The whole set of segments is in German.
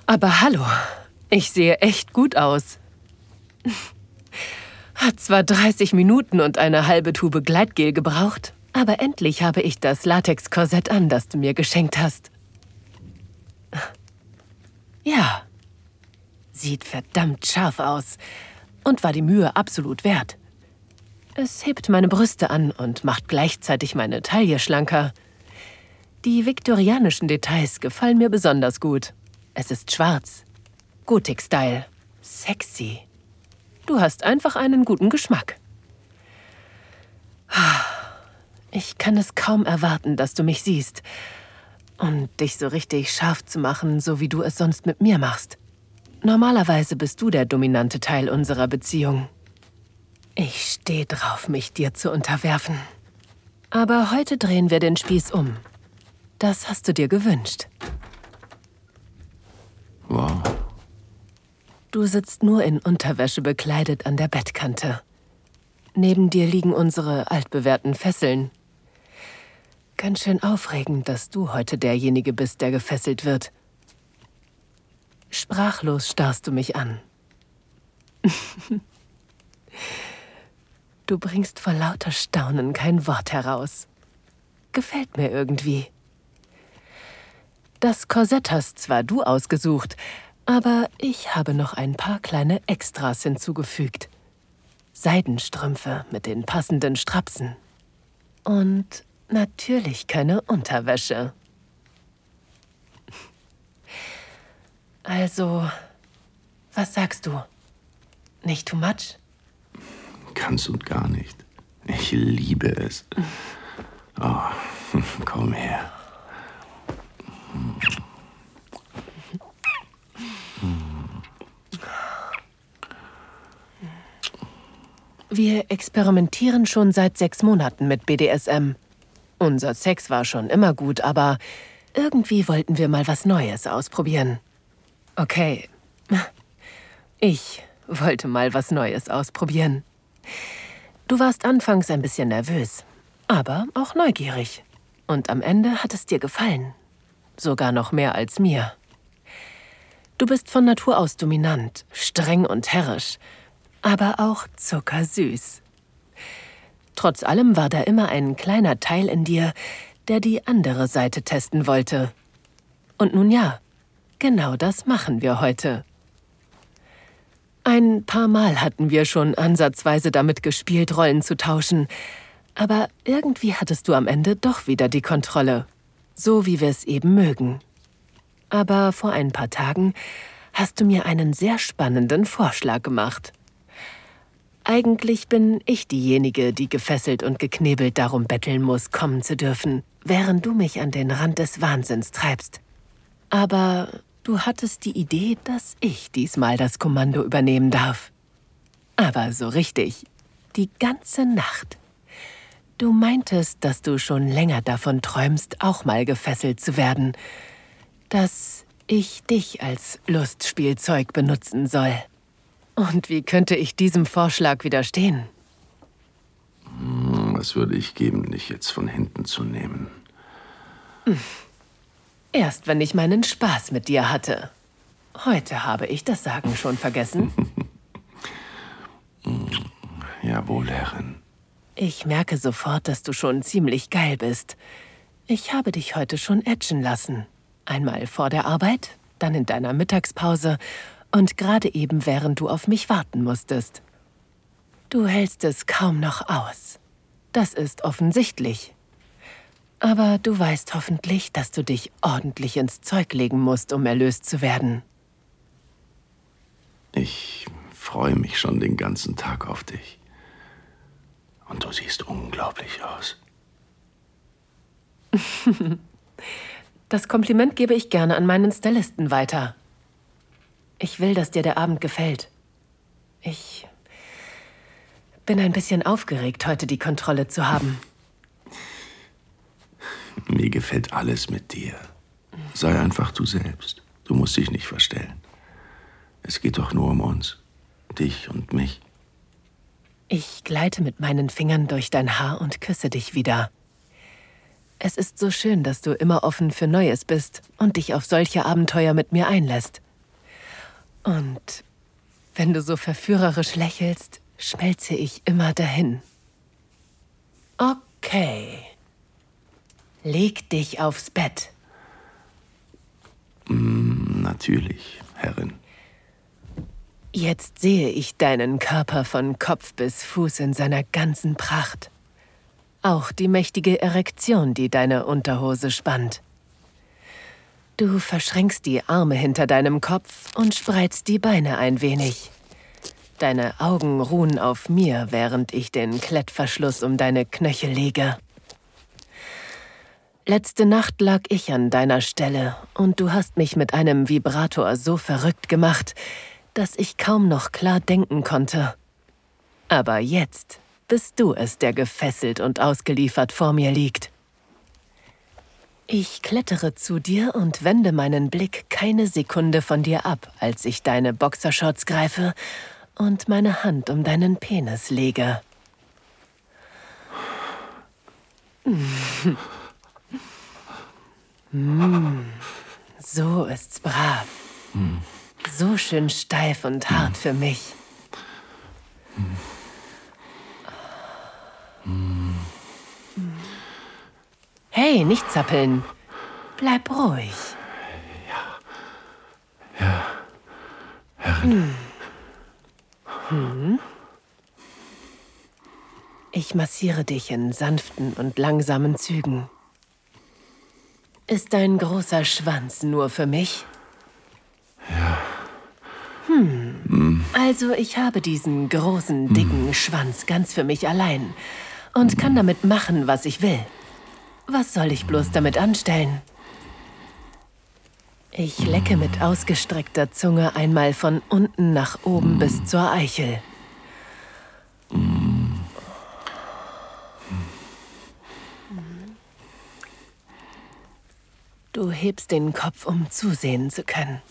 Aber hallo, ich sehe echt gut aus. Hat zwar 30 Minuten und eine halbe Tube Gleitgel gebraucht, aber endlich habe ich das Latex-Korsett an, das du mir geschenkt hast. Ja, sieht verdammt scharf aus und war die Mühe absolut wert. Es hebt meine Brüste an und macht gleichzeitig meine Taille schlanker. Die viktorianischen Details gefallen mir besonders gut. Es ist schwarz, Gothic-Style, sexy. Du hast einfach einen guten Geschmack. Ich kann es kaum erwarten, dass du mich siehst und dich so richtig scharf zu machen, so wie du es sonst mit mir machst. Normalerweise bist du der dominante Teil unserer Beziehung. Ich stehe drauf, mich dir zu unterwerfen. Aber heute drehen wir den Spieß um. Das hast du dir gewünscht. Wow. Du sitzt nur in Unterwäsche bekleidet an der Bettkante. Neben dir liegen unsere altbewährten Fesseln. Ganz schön aufregend, dass du heute derjenige bist, der gefesselt wird. Sprachlos starrst du mich an. Du bringst vor lauter Staunen kein Wort heraus. Gefällt mir irgendwie. Das Korsett hast zwar du ausgesucht, aber ich habe noch ein paar kleine Extras hinzugefügt. Seidenstrümpfe mit den passenden Strapsen. Und natürlich keine Unterwäsche. Also, was sagst du? Nicht too much? Ganz und gar nicht. Ich liebe es. Oh, komm her. Wir experimentieren schon seit 6 Monaten mit BDSM. Unser Sex war schon immer gut, aber irgendwie wollten wir mal was Neues ausprobieren. Okay, ich wollte mal was Neues ausprobieren. Du warst anfangs ein bisschen nervös, aber auch neugierig. Und am Ende hat es dir gefallen. Sogar noch mehr als mir. Du bist von Natur aus dominant, streng und herrisch, aber auch zuckersüß. Trotz allem war da immer ein kleiner Teil in dir, der die andere Seite testen wollte. Und nun ja, genau das machen wir heute. Ein paar Mal hatten wir schon ansatzweise damit gespielt, Rollen zu tauschen. Aber irgendwie hattest du am Ende doch wieder die Kontrolle. So wie wir es eben mögen. Aber vor ein paar Tagen hast du mir einen sehr spannenden Vorschlag gemacht. Eigentlich bin ich diejenige, die gefesselt und geknebelt darum betteln muss, kommen zu dürfen, während du mich an den Rand des Wahnsinns treibst. Aber du hattest die Idee, dass ich diesmal das Kommando übernehmen darf. Aber so richtig, die ganze Nacht. Du meintest, dass du schon länger davon träumst, auch mal gefesselt zu werden. Dass ich dich als Lustspielzeug benutzen soll. Und wie könnte ich diesem Vorschlag widerstehen? Was würde ich geben, dich jetzt von hinten zu nehmen? Erst wenn ich meinen Spaß mit dir hatte. Heute habe ich das Sagen schon vergessen. Jawohl, Herrin. Ich merke sofort, dass du schon ziemlich geil bist. Ich habe dich heute schon ätschen lassen. Einmal vor der Arbeit, dann in deiner Mittagspause und gerade eben, während du auf mich warten musstest. Du hältst es kaum noch aus. Das ist offensichtlich. Aber du weißt hoffentlich, dass du dich ordentlich ins Zeug legen musst, um erlöst zu werden. Ich freue mich schon den ganzen Tag auf dich. Und du siehst unglaublich aus. Das Kompliment gebe ich gerne an meinen Stylisten weiter. Ich will, dass dir der Abend gefällt. Ich bin ein bisschen aufgeregt, heute die Kontrolle zu haben. Mir gefällt alles mit dir. Sei einfach du selbst. Du musst dich nicht verstellen. Es geht doch nur um uns. Dich und mich. Ich gleite mit meinen Fingern durch dein Haar und küsse dich wieder. Es ist so schön, dass du immer offen für Neues bist und dich auf solche Abenteuer mit mir einlässt. Und wenn du so verführerisch lächelst, schmelze ich immer dahin. Okay. Leg dich aufs Bett. Natürlich, Herrin. Jetzt sehe ich deinen Körper von Kopf bis Fuß in seiner ganzen Pracht. Auch die mächtige Erektion, die deine Unterhose spannt. Du verschränkst die Arme hinter deinem Kopf und spreizst die Beine ein wenig. Deine Augen ruhen auf mir, während ich den Klettverschluss um deine Knöchel lege. Letzte Nacht lag ich an deiner Stelle und du hast mich mit einem Vibrator so verrückt gemacht, dass ich kaum noch klar denken konnte. Aber jetzt bist du es, der gefesselt und ausgeliefert vor mir liegt. Ich klettere zu dir und wende meinen Blick keine Sekunde von dir ab, als ich deine Boxershorts greife und meine Hand um deinen Penis lege. So ist's brav. So schön steif und hart für mich. Hey, nicht zappeln. Bleib ruhig. Ja, Herrin. Ich massiere dich in sanften und langsamen Zügen. Ist dein großer Schwanz nur für mich? Ja. Also ich habe diesen großen, dicken Schwanz ganz für mich allein und kann damit machen, was ich will. Was soll ich bloß damit anstellen? Ich lecke mit ausgestreckter Zunge einmal von unten nach oben bis zur Eichel. Du hebst den Kopf, um zusehen zu können.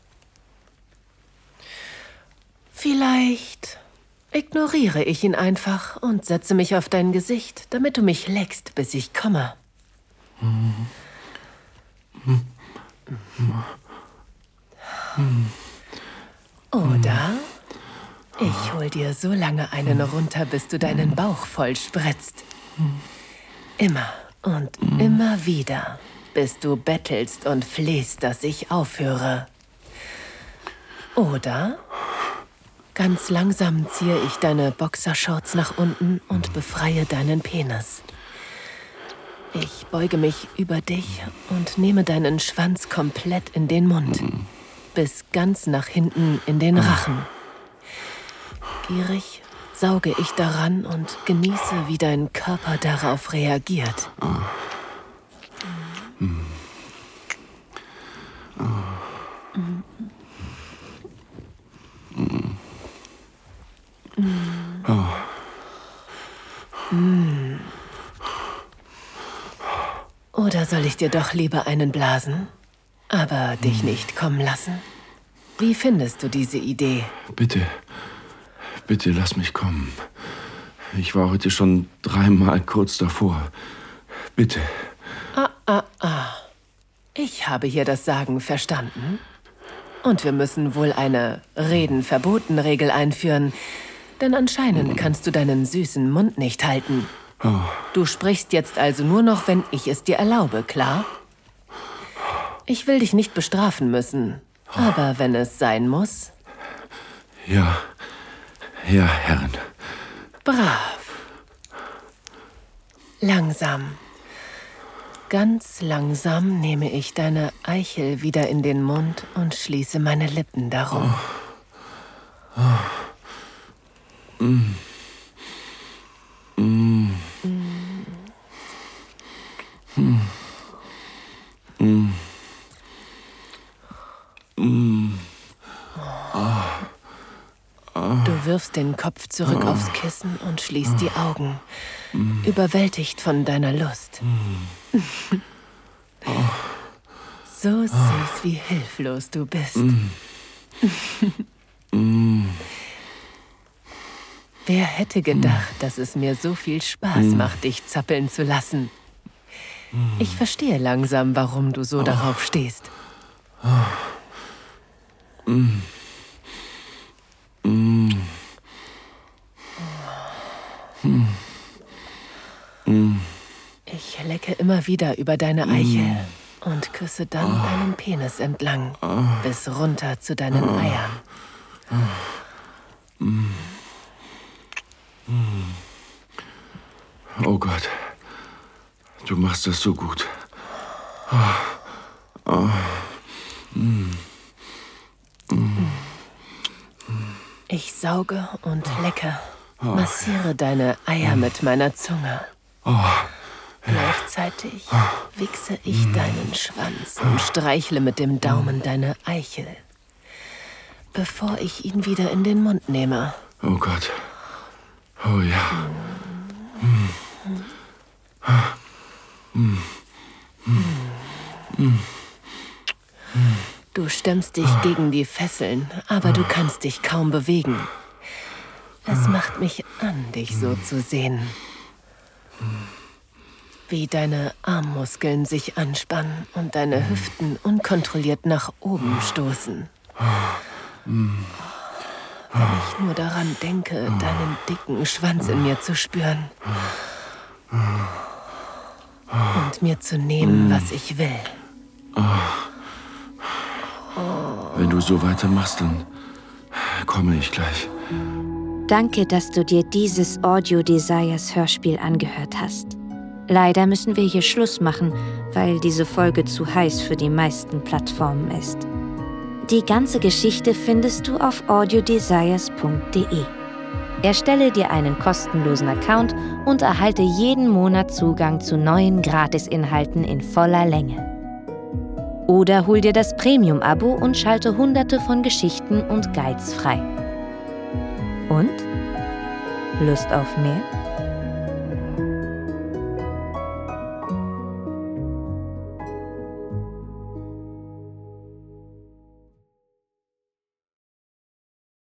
Vielleicht ignoriere ich ihn einfach und setze mich auf dein Gesicht, damit du mich leckst, bis ich komme. Oder ich hol dir so lange einen runter, bis du deinen Bauch voll spritzt. Immer und immer wieder, bis du bettelst und flehst, dass ich aufhöre. Oder ganz langsam ziehe ich deine Boxershorts nach unten und befreie deinen Penis. Ich beuge mich über dich und nehme deinen Schwanz komplett in den Mund, bis ganz nach hinten in den Rachen. Gierig sauge ich daran und genieße, wie dein Körper darauf reagiert. Oder soll ich dir doch lieber einen blasen, aber dich nicht kommen lassen? Wie findest du diese Idee? Bitte lass mich kommen. Ich war heute schon 3-mal kurz davor. Bitte. Ich habe hier das Sagen verstanden. Und wir müssen wohl eine Reden-Verboten-Regel einführen, denn anscheinend kannst du deinen süßen Mund nicht halten. Du sprichst jetzt also nur noch, wenn ich es dir erlaube, klar? Ich will dich nicht bestrafen müssen, aber wenn es sein muss... Ja, Herrin. Brav. Langsam. Ganz langsam nehme ich deine Eichel wieder in den Mund und schließe meine Lippen darum. Du wirfst den Kopf zurück aufs Kissen und schließt die Augen, überwältigt von deiner Lust. So süß, wie hilflos du bist. Wer hätte gedacht, dass es mir so viel Spaß macht, dich zappeln zu lassen? Ich verstehe langsam, warum du so darauf stehst. lecke immer wieder über deine Eichel und küsse dann deinen Penis entlang, bis runter zu deinen Eiern. Oh Gott, du machst das so gut. Ich sauge und lecke, massiere deine Eier mit meiner Zunge. Gleichzeitig wichse ich deinen Schwanz und streichle mit dem Daumen deine Eichel, bevor ich ihn wieder in den Mund nehme. Oh Gott. Oh ja. Du stemmst dich gegen die Fesseln, aber du kannst dich kaum bewegen. Es macht mich an, dich so zu sehen. Wie deine Armmuskeln sich anspannen und deine Hüften unkontrolliert nach oben stoßen. Wenn ich nur daran denke, deinen dicken Schwanz in mir zu spüren. Und mir zu nehmen, was ich will. Wenn du so weitermachst, dann komme ich gleich. Danke, dass du dir dieses Audio Desires Hörspiel angehört hast. Leider müssen wir hier Schluss machen, weil diese Folge zu heiß für die meisten Plattformen ist. Die ganze Geschichte findest du auf audiodesires.de. Erstelle dir einen kostenlosen Account und erhalte jeden Monat Zugang zu neuen Gratisinhalten in voller Länge. Oder hol dir das Premium-Abo und schalte Hunderte von Geschichten und Guides frei. Und? Lust auf mehr?